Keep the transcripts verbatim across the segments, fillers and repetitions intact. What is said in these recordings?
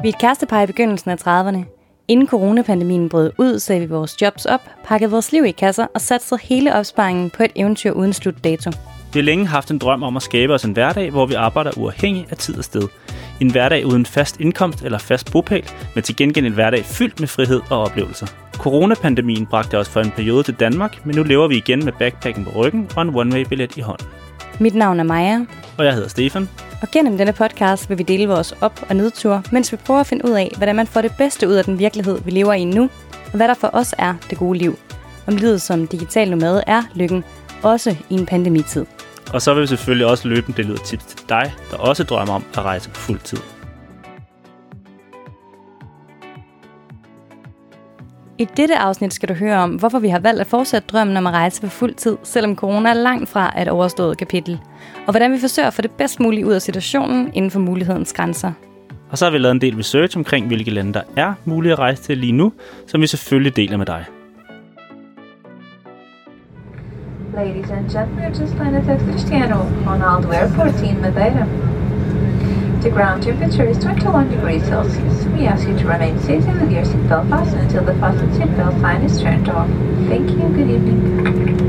Vi er et kærestepar i begyndelsen af trediverne. Inden coronapandemien brød ud, sagde vi vores jobs op, pakkede vores liv i kasser og satsede hele opsparingen på et eventyr uden slutdato. Vi har længe haft en drøm om at skabe os en hverdag, hvor vi arbejder uafhængigt af tid og sted. En hverdag uden fast indkomst eller fast bopæl, men til gengæld en hverdag fyldt med frihed og oplevelser. Coronapandemien bragte os for en periode til Danmark, men nu lever vi igen med backpacken på ryggen og en one-way-billet i hånden. Mit navn er Maja. Og jeg hedder Stefan. Og gennem denne podcast vil vi dele vores op- og nedture, mens vi prøver at finde ud af, hvordan man får det bedste ud af den virkelighed, vi lever i nu, og hvad der for os er det gode liv. Om livet som digital nomade er lykken, også i en pandemitid. Og så vil vi selvfølgelig også løbende dele ud af tips til dig, der også drømmer om at rejse på fuld tid. I dette afsnit skal du høre om, hvorfor vi har valgt at fortsætte drømmen om at rejse på fuld tid, selvom corona er langt fra et overstået kapitel. Og hvordan vi forsøger at få det bedst muligt ud af situationen inden for mulighedens grænser. Og så har vi lavet en del research omkring, hvilke lande der er mulige at rejse til lige nu, som vi selvfølgelig deler med dig. Ladies and gentlemen, just landed at Cristiano Ronaldo Airport in Madeira. The ground temperature is twenty-one degrees Celsius. We ask you to remain seated with your seatbelt fastened until the fasten seatbelt sign is turned off. Thank you. Good evening.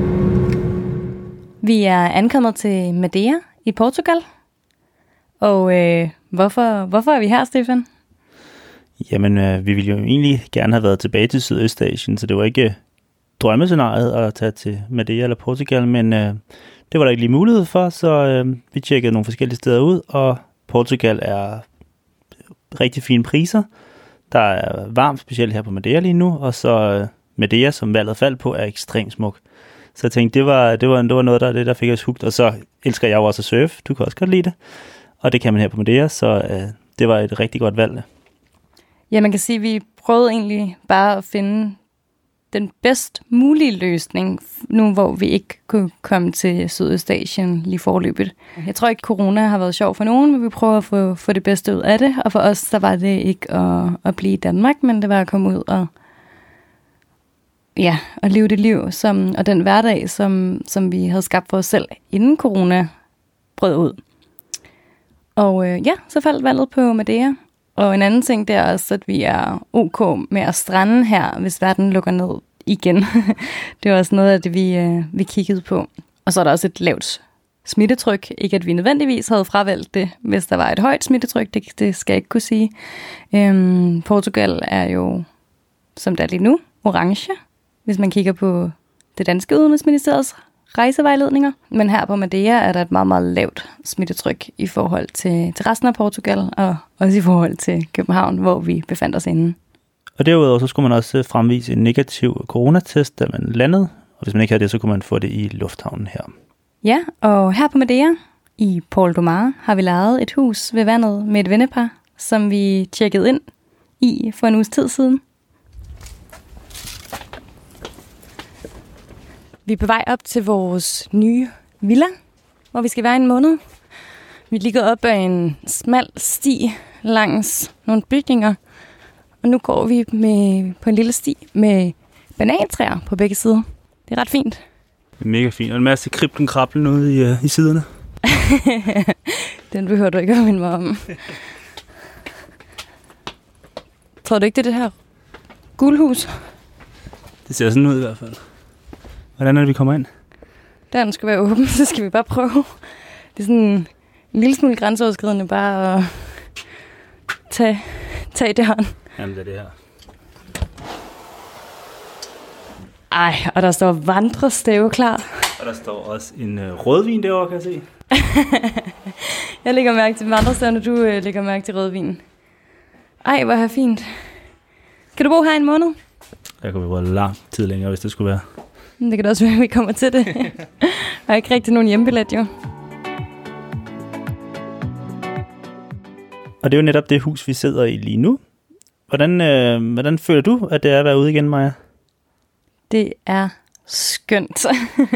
Vi er ankommet til Madeira i Portugal. Og øh, hvorfor, hvorfor er vi her, Stefan? Jamen, øh, vi ville jo egentlig gerne have været tilbage til Sydøstasien, så det var ikke drømmescenariet at tage til Madeira eller Portugal, men øh, det var der ikke lige mulighed for, så øh, vi tjekkede nogle forskellige steder ud, og Portugal er rigtig fine priser. Der er varmt, specielt her på Madeira lige nu, og så øh, Madeira, som valget faldt på, er ekstremt smuk. Så jeg tænkte, det var, det var, det var noget, der, det, der fik os hugt, og så elsker jeg jo også at surfe. Du kan også godt lide det, og det kan man her på Madeira, så øh, det var et rigtig godt valg. Ja, man kan sige, at vi prøvede egentlig bare at finde den bedst mulige løsning, nu hvor vi ikke kunne komme til Sydøstasien lige forløbet. Jeg tror ikke, corona har været sjov for nogen, men vi prøver at få, få det bedste ud af det. Og for os, der var det ikke at, at blive i Danmark, men det var at komme ud og, ja, og leve det liv, som, og den hverdag, som, som vi havde skabt for os selv, inden corona brød ud. Og øh, ja, så faldt valget på Madeira. Og en anden ting, det er også, at vi er ok med at strande her, hvis verden lukker ned igen. Det var også noget af det, vi, øh, vi kiggede på. Og så er der også et lavt smittetryk. Ikke at vi nødvendigvis havde fravalgt det, hvis der var et højt smittetryk. Det, det skal jeg ikke kunne sige. Øhm, Portugal er jo, som det er lige nu, orange, hvis man kigger på det danske udenrigsministeriets rejsevejledninger. Men her på Madeira er der et meget, meget lavt smittetryk i forhold til, til resten af Portugal, og også i forhold til København, hvor vi befandt os inde. Og derudover så skulle man også fremvise en negativ coronatest, da man landede, og hvis man ikke havde det, så kunne man få det i lufthavnen her. Ja, og her på Madeira, i Porto de Mar, har vi lejet et hus ved vandet med et vennepar, som vi tjekkede ind i for en uges tid siden. Vi er på vej op til vores nye villa, hvor vi skal være en måned. Vi ligger op ad en smal sti langs nogle bygninger, og nu går vi med, på en lille sti med banantræer på begge sider. Det er ret fint. Det er mega fint, og en masse kriblen-krablen ude i, uh, i siderne. Den behøver du ikke at minde mig om. Tror du ikke, det er det her guldhus? Det ser sådan ud i hvert fald. Hvordan er det, vi kommer ind? Der den skal være åben, så skal vi bare prøve. Det er sådan en lille smule grænseoverskridende bare at tage, tage det her. Jamen, det er det her. Ej, og der står vandrestave klar. Og der står også en øh, rødvin derovre, kan jeg se. Jeg lægger mærke til vandrestaven, og du øh, lægger mærke til rødvin. Ej, hvor er fint. Kan du bo her en måned? Jeg kunne være lang tid længere, hvis det skulle være. Det kan da også være, at vi kommer til det. Jeg har ikke rigtig nogen hjembillet, jo. Og det er jo netop det hus, vi sidder i lige nu. Hvordan, øh, hvordan føler du, at det er at være ude igen, Maja? Det er skønt.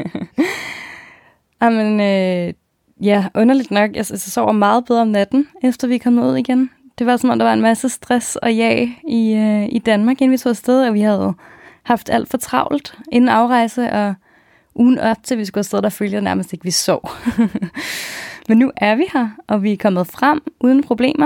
Jamen, øh, ja, underligt nok. Jeg, jeg sover meget bedre om natten, efter vi er kommet ud igen. Det var som om, der var en masse stress og jag i, øh, i Danmark, inden vi tog afsted, og vi havde haft alt for travlt inden afrejse, og ugen op til vi skulle afsted, der følte jeg nærmest ikke, vi sov. Men nu er vi her, og vi er kommet frem uden problemer.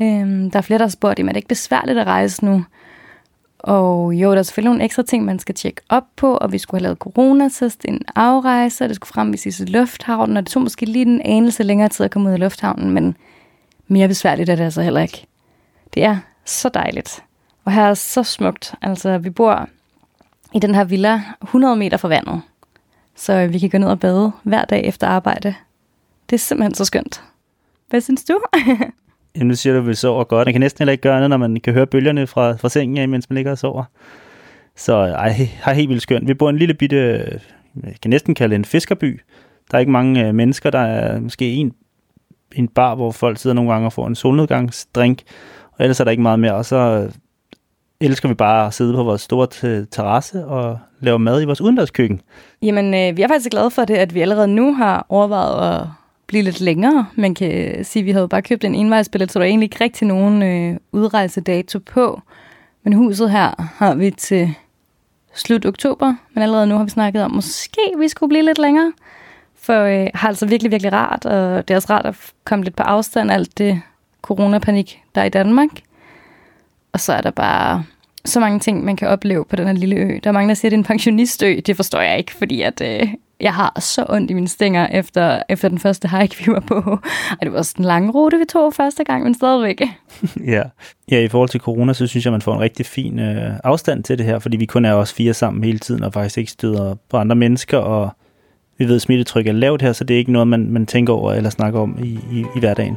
Øhm, der er flere, der har spurgt, om det ikke besværligt at rejse nu. Og jo, der er selvfølgelig nogle ekstra ting, man skal tjekke op på, og vi skulle have lavet coronatest, en afrejse, og det skulle fremvises i lufthavnen, og det tog måske lige en anelse længere tid at komme ud af lufthavnen, men mere besværligt er det altså heller ikke. Det er så dejligt, og her er så smukt. Altså, vi bor i den her villa hundrede meter fra vandet, så vi kan gå ned og bade hver dag efter arbejde. Det er simpelthen så skønt. Hvad synes du? Jamen, nu siger du, at vi sover godt. Man kan næsten heller ikke gøre andet, når man kan høre bølgerne fra, fra sengen af, mens man ligger og sover. Så ej, har helt vildt skønt. Vi bor i en lille bitte, jeg kan næsten kalde det en fiskerby. Der er ikke mange øh, mennesker. Der er måske en, en bar, hvor folk sidder nogle gange og får en solnedgangsdrink. Og ellers er der ikke meget mere. Og så elsker vi bare at sidde på vores store terrasse og lave mad i vores udendørskøkken. Jamen, øh, vi er faktisk glade for det, at vi allerede nu har overvejet at blive lidt længere. Man kan sige, at vi havde bare købt en envejsbillet, så der er egentlig ikke rigtig nogen øh, udrejsedato på. Men huset her har vi til slut oktober, men allerede nu har vi snakket om, måske vi skulle blive lidt længere. For øh, har altså virkelig, virkelig rart, og det er også rart at komme lidt på afstand af alt det coronapanik, der er i Danmark. Og så er der bare så mange ting, man kan opleve på den her lille ø. Der er mange, der siger, at det er en pensionistø. Det forstår jeg ikke, fordi at, øh, jeg har så ondt i mine stænger efter, efter den første hike, vi var på. Og det var også den lange rute, vi tog første gang, men stadigvæk. ja. ja, i forhold til corona, så synes jeg, man får en rigtig fin øh, afstand til det her, fordi vi kun er også fire sammen hele tiden, og faktisk ikke støder på andre mennesker, og vi ved, at smittetryk er lavt her, så det er ikke noget, man, man tænker over eller snakker om i, i, i hverdagen.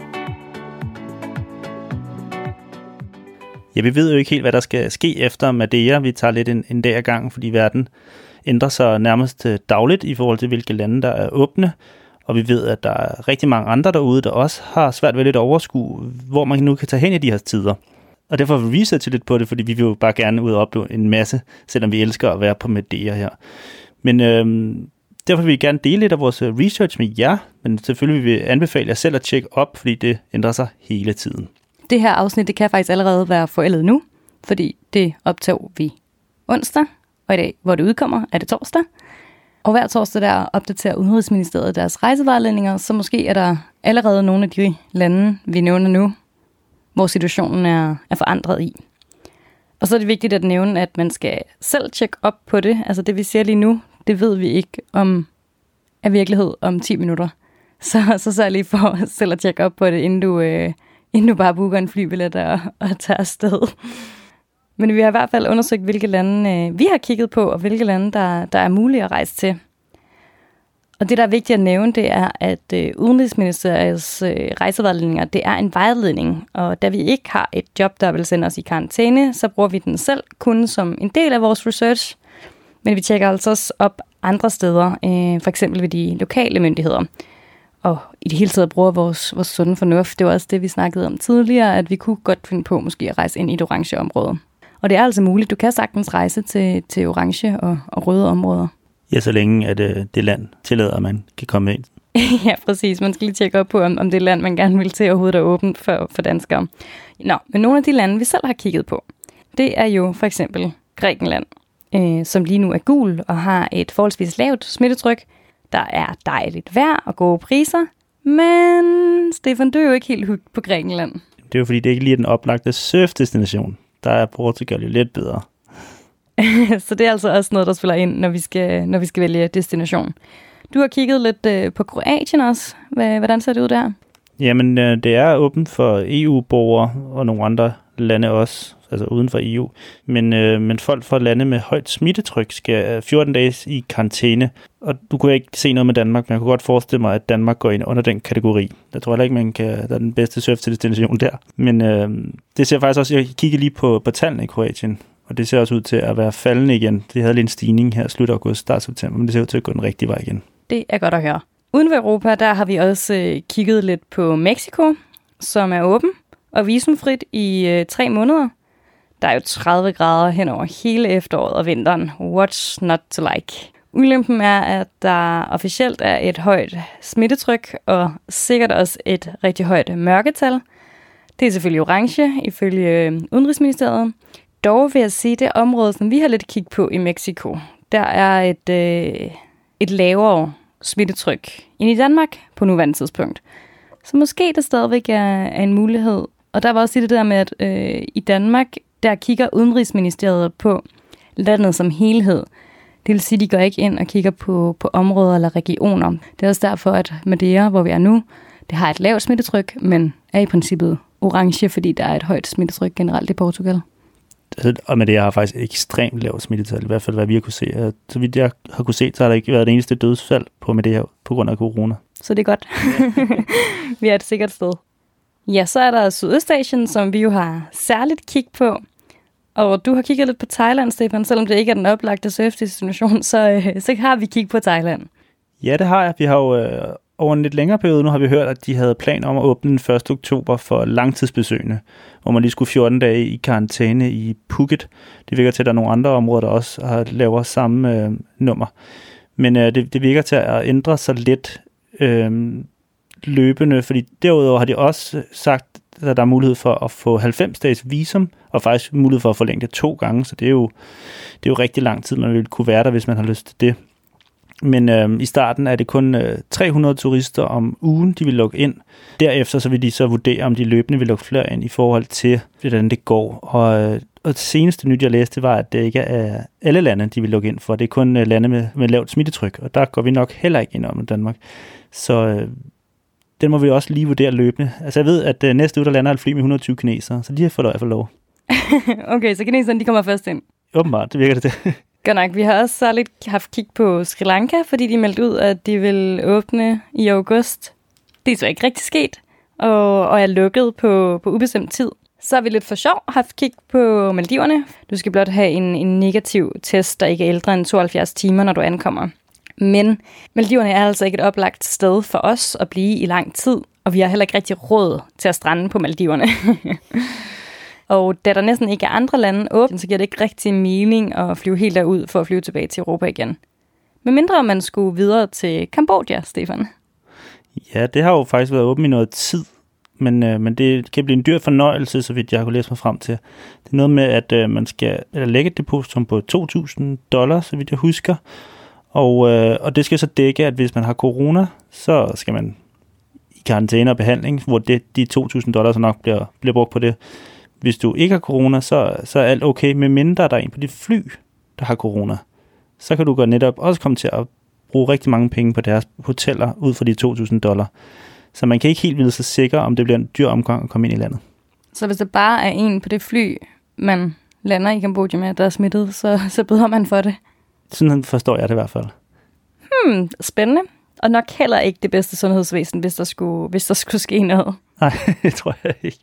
Ja, vi ved jo ikke helt, hvad der skal ske efter Madeira. Vi tager lidt en, en dag ad gangen, fordi verden ændrer sig nærmest dagligt i forhold til, hvilke lande der er åbne. Og vi ved, at der er rigtig mange andre derude, der også har svært ved lidt at overskue, hvor man nu kan tage hen i de her tider. Og derfor vil vi sætte lidt på det, fordi vi vil jo bare gerne ud og opleve en masse, selvom vi elsker at være på Madeira her. Men øhm, derfor vil vi gerne dele lidt af vores research med jer, men selvfølgelig vil vi anbefale jer selv at tjekke op, fordi det ændrer sig hele tiden. Det her afsnit, det kan faktisk allerede være forældet nu, fordi det optager vi onsdag, og i dag, hvor det udkommer, er det torsdag. Og hver torsdag der opdaterer Udenrigsministeriet deres rejsevejledninger, så måske er der allerede nogle af de lande, vi nævner nu, hvor situationen er, er forandret i. Og så er det vigtigt at nævne, at man skal selv tjekke op på det. Altså det, vi siger lige nu, det ved vi ikke om er virkelighed om ti minutter. Så, så sørg lige for selv at tjekke op på det, inden du... Øh, inden du bare booker en flybillet og, og tager afsted. Men vi har i hvert fald undersøgt, hvilke lande øh, vi har kigget på, og hvilke lande, der, der er mulige at rejse til. Og det, der er vigtigt at nævne, det er, at øh, Udenrigsministeriets øh, rejsevejledninger, det er en vejledning. Og da vi ikke har et job, der vil sende os i karantæne, så bruger vi den selv kun som en del af vores research. Men vi tjekker altså også op andre steder, øh, for eksempel ved de lokale myndigheder. Og i det hele taget bruger vores, vores sunde fornuft. Det var også det, vi snakkede om tidligere, at vi kunne godt finde på måske at rejse ind i et orange område. Og det er altså muligt. Du kan sagtens rejse til, til orange og, og røde områder. Ja, så længe at øh, det land tillader, at man kan komme ind. Ja, præcis. Man skal lige tjekke op på, om, om det land, man gerne vil til, overhovedet er åbent for, for danskere. Nå, men nogle af de lande, vi selv har kigget på, det er jo for eksempel Grækenland, øh, som lige nu er gul og har et forholdsvis lavt smittetryk. Der er dejligt vejr og gode priser, men Stefan, du er jo ikke helt hooked på Grækenland. Det er jo fordi, det ikke lige er den oplagte surfdestination. Der er Portugal jo lidt bedre. Så det er altså også noget, der spiller ind, når vi skal, når vi skal vælge destination. Du har kigget lidt øh, på Kroatien også. Hvordan ser det ud der? Jamen, øh, det er åbent for E U-borgere og nogle andre lande også, altså uden for E U. Men, øh, men folk fra lande med højt smittetryk skal fjorten dage i karantæne. Og du kunne ikke se noget med Danmark, men jeg kunne godt forestille mig, at Danmark går ind under den kategori. Jeg tror heller ikke, man kan, der er den bedste surf-destination der. Men øh, det ser faktisk også, jeg kigger lige på, på tallene i Kroatien, og det ser også ud til at være faldende igen. Det havde lige en stigning her slut august, start september, men det ser ud til at gå den rigtige vej igen. Det er godt at høre. Uden for Europa, der har vi også øh, kigget lidt på Mexico, som er åben og visumfrit i øh, tre måneder. Der er jo tredive grader hen over hele efteråret og vinteren. What's not to like? Ulempen er, at der officielt er et højt smittetryk og sikkert også et rigtig højt mørketal. Det er selvfølgelig orange ifølge Udenrigsministeriet. Dog vil jeg sige, det område, som vi har lidt kigget på i Mexico, der er et, øh, et lavere smittetryk end i Danmark på nuværende tidspunkt. Så måske det stadigvæk er, er en mulighed Og der var også det der med, at øh, i Danmark, der kigger Udenrigsministeriet på landet som helhed. Det vil sige, at de går ikke ind og kigger på, på områder eller regioner. Det er også derfor, at Madeira, hvor vi er nu, det har et lavt smittetryk, men er i princippet orange, fordi der er et højt smittetryk generelt i Portugal. Og Madeira har faktisk ekstremt lavt smittetal, i hvert fald hvad vi har kunne se. Så vidt jeg har kunne se, så har der ikke været det eneste dødsfald på Madeira på grund af corona. Så det er godt. Vi er et sikkert sted. Ja, så er der Sydøstasien, som vi jo har særligt kig på. Og du har kigget lidt på Thailand, Stefan, selvom det ikke er den oplagte surfdestination, så, øh, så har vi kigget på Thailand. Ja, det har jeg. Vi har jo øh, over en lidt længere periode, nu har vi hørt, at de havde planer om at åbne den første oktober for langtidsbesøgende, hvor man lige skulle fjorten dage i karantæne i Phuket. Det virker til, at der er nogle andre områder, der også har laver samme øh, nummer. Men øh, det, det virker til at ændre sig lidt øh, løbende, fordi derudover har de også sagt, at der er mulighed for at få halvfems dages visum, og faktisk mulighed for at forlænge det to gange, så det er jo, det er jo rigtig lang tid, man vil kunne være der, hvis man har lyst til det. Men øh, i starten er det kun øh, tre hundrede turister om ugen, de vil lukke ind. Derefter så vil de så vurdere, om de løbende vil lukke flere ind i forhold til, hvordan det går. Og, øh, og det seneste nyt, jeg læste, var, at det ikke er alle lande, de vil lukke ind for. Det er kun øh, lande med, med lavt smittetryk, og der går vi nok heller ikke ind om i Danmark. Så øh, den må vi også lige vurdere løbende. Altså jeg ved, at øh, næste uge, der lander et fly med et hundrede og tyve kinesere, så de har fået i hvert fald lov. Okay, så kineserne, de kommer først ind? Åbenbart, det virker det til. Godt nok. Vi har også særligt haft kig på Sri Lanka, fordi de meldte ud, at de vil åbne i august. Det er så ikke rigtig sket, og, og er lukket på, på ubestemt tid. Så har vi lidt for sjov haft kig på Maldiverne. Du skal blot have en, en negativ test, der ikke er ældre end tooghalvfjerds timer, når du ankommer. Men Maldiverne er altså ikke et oplagt sted for os at blive i lang tid, og vi har heller ikke rigtig råd til at strande på Maldiverne. Og da der næsten ikke er andre lande åbne, så giver det ikke rigtig mening at flyve helt derud for at flyve tilbage til Europa igen. Men mindre man skulle videre til Kambodja, Stefan. Ja, det har jo faktisk været åbent i noget tid, men, øh, men det kan blive en dyr fornøjelse, så vidt jeg har kunnet læse mig frem til. Det er noget med, at øh, man skal lægge et depositum på to tusind dollar, så vidt jeg husker. Og, øh, og det skal så dække, at hvis man har corona, så skal man i karantæne og behandling, hvor det, de to tusind dollar så nok bliver, bliver brugt på det. Hvis du ikke har corona, så, så er alt okay, med mindre der er en på dit fly, der har corona. Så kan du godt netop også komme til at bruge rigtig mange penge på deres hoteller ud fra de to tusind dollar. Så man kan ikke helt vide sig sikker, om det bliver en dyr omgang at komme ind i landet. Så hvis der bare er en på det fly, man lander i Kambodja med, der er smittet, så, så beder man for det? Sådan forstår jeg det i hvert fald. Hmm, spændende. Og nok heller ikke det bedste sundhedsvæsen, hvis der skulle, hvis der skulle ske noget. Nej, det tror jeg ikke.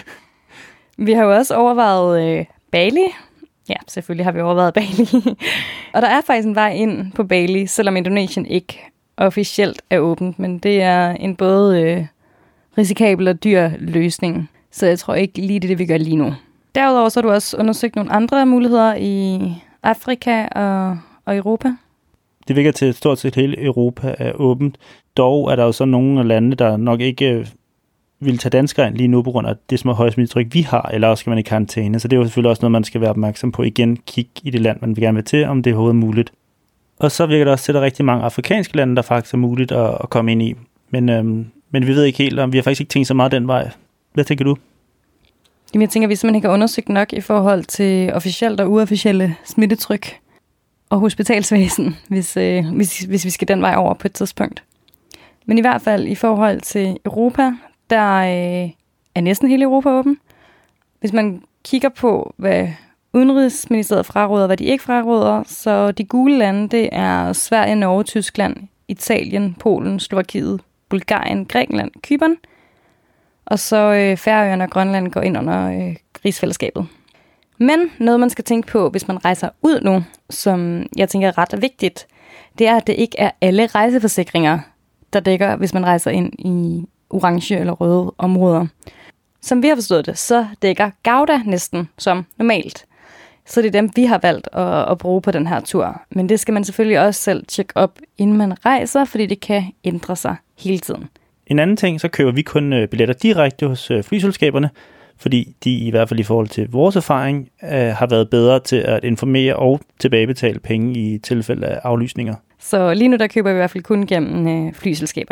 Vi har jo også overvejet øh, Bali. Ja, selvfølgelig har vi overvejet Bali. Og der er faktisk en vej ind på Bali, selvom Indonesien ikke officielt er åbent. Men det er en både øh, risikabel og dyr løsning. Så jeg tror ikke lige det, det vi gør lige nu. Derudover så har du også undersøgt nogle andre muligheder i Afrika og, og Europa. Det virker til, at stort set hele Europa er åbent. Dog er der jo så nogle af lande, der nok ikke vil tage danskere ind lige nu på grund af det små høje smittetryk, vi har, eller også skal man i karantæne. Så det er jo selvfølgelig også noget, man skal være opmærksom på. Igen, kig i det land, man vil gerne være til, om det er overhovedet muligt. Og så virker det også til, at der er rigtig mange afrikanske lande, der faktisk er muligt at, at komme ind i. Men, øhm, men vi ved ikke helt, om vi har faktisk ikke tænkt så meget den vej. Hvad tænker du? Jamen, jeg tænker, at vi simpelthen ikke har undersøgt nok i forhold til officielt og uofficielle smittetryk og hospitalsvæsen, hvis, øh, hvis, hvis vi skal den vej over på et tidspunkt. Men i hvert fald i forhold til Europa, der øh, er næsten hele Europa åben. Hvis man kigger på, hvad Udenrigsministeriet fraråder, hvad de ikke fraråder, så de gule lande, det er Sverige, Norge, Tyskland, Italien, Polen, Slovakiet, Bulgarien, Grækenland, Cypern. Og så øh, Færøerne og Grønland går ind under øh, rigsfællesskabet. Men noget, man skal tænke på, hvis man rejser ud nu, som jeg tænker er ret vigtigt, det er, at det ikke er alle rejseforsikringer, der dækker, hvis man rejser ind i orange eller røde områder. Som vi har forstået det, så dækker Gauda næsten som normalt. Så det er dem, vi har valgt at, at bruge på den her tur. Men det skal man selvfølgelig også selv tjekke op, inden man rejser, fordi det kan ændre sig hele tiden. En anden ting, så køber vi kun billetter direkte hos flyselskaberne, fordi de i hvert fald i forhold til vores erfaring har været bedre til at informere og tilbagebetale penge i tilfælde af aflysninger. Så lige nu der køber vi i hvert fald kun gennem flyselskaberne.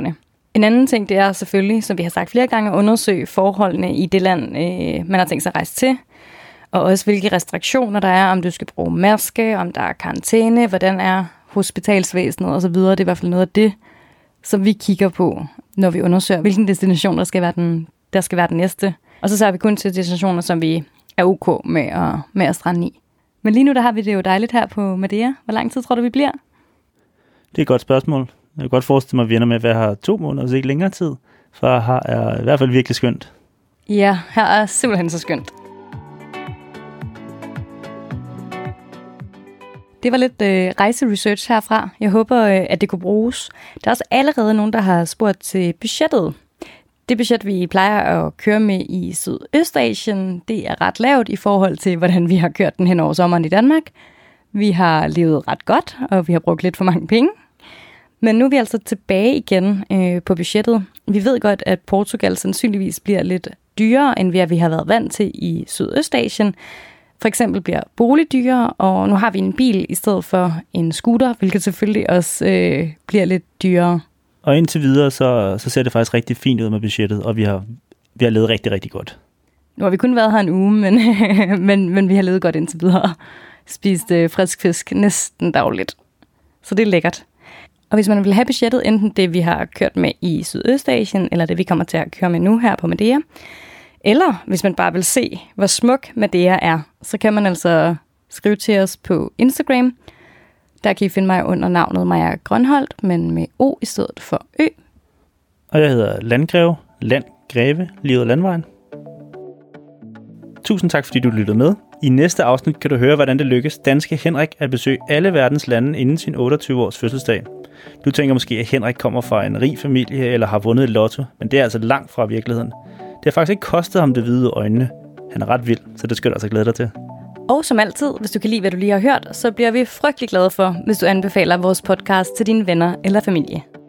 En anden ting, det er selvfølgelig, som vi har sagt flere gange, at undersøge forholdene i det land, øh, man har tænkt sig at rejse til. Og også hvilke restriktioner der er, om du skal bruge maske, om der er karantæne, hvordan er hospitalsvæsenet osv. Det er i hvert fald noget af det, som vi kigger på, når vi undersøger, hvilken destination der skal være den, der skal være den næste. Og så ser vi kun til destinationer, som vi er ok med at, med at strande i. Men lige nu der har vi det jo dejligt her på Madeira. Hvor lang tid tror du, vi bliver? Det er et godt spørgsmål. Jeg kan godt forestille mig, at vi ender med at være her to måneder, så ikke længere tid. For her er i hvert fald virkelig skønt. Ja, her er simpelthen så skønt. Det var lidt øh, rejseresearch herfra. Jeg håber, øh, at det kunne bruges. Der er også allerede nogen, der har spurgt til budgettet. Det budget, vi plejer at køre med i Sydøstasien, det er ret lavt i forhold til, hvordan vi har kørt den hen over sommeren i Danmark. Vi har levet ret godt, og vi har brugt lidt for mange penge. Men nu er vi altså tilbage igen øh, på budgettet. Vi ved godt, at Portugal sandsynligvis bliver lidt dyrere, end hvad vi har været vant til i Sydøstasien. For eksempel bliver bolig dyrere, og nu har vi en bil i stedet for en scooter, hvilket selvfølgelig også øh, bliver lidt dyrere. Og indtil videre, så, så ser det faktisk rigtig fint ud med budgettet, og vi har, vi har levet rigtig, rigtig godt. Nu har vi kun været her en uge, men, men, men vi har levet godt indtil videre. Spist øh, frisk fisk næsten dagligt. Så det er lækkert. Og hvis man vil have budgettet, enten det vi har kørt med i Sydøstasien, eller det vi kommer til at køre med nu her på Madeira, eller hvis man bare vil se, hvor smuk Madeira er, så kan man altså skrive til os på Instagram. Der kan I finde mig under navnet Maja Grønholdt, men med O i stedet for Ø. Og jeg hedder Landgreve, Landgreve, livet af landvejen. Tusind tak, fordi du lyttede med. I næste afsnit kan du høre, hvordan det lykkes danske Henrik at besøge alle verdens lande inden sin otteogtyve års fødselsdag. Du tænker måske, at Henrik kommer fra en rig familie eller har vundet et lotto, men det er altså langt fra virkeligheden. Det har faktisk ikke kostet ham det hvide øjnene. Han er ret vild, så det skal du altså glæde dig til. Og som altid, hvis du kan lide, hvad du lige har hørt, så bliver vi frygtelig glade for, hvis du anbefaler vores podcast til dine venner eller familie.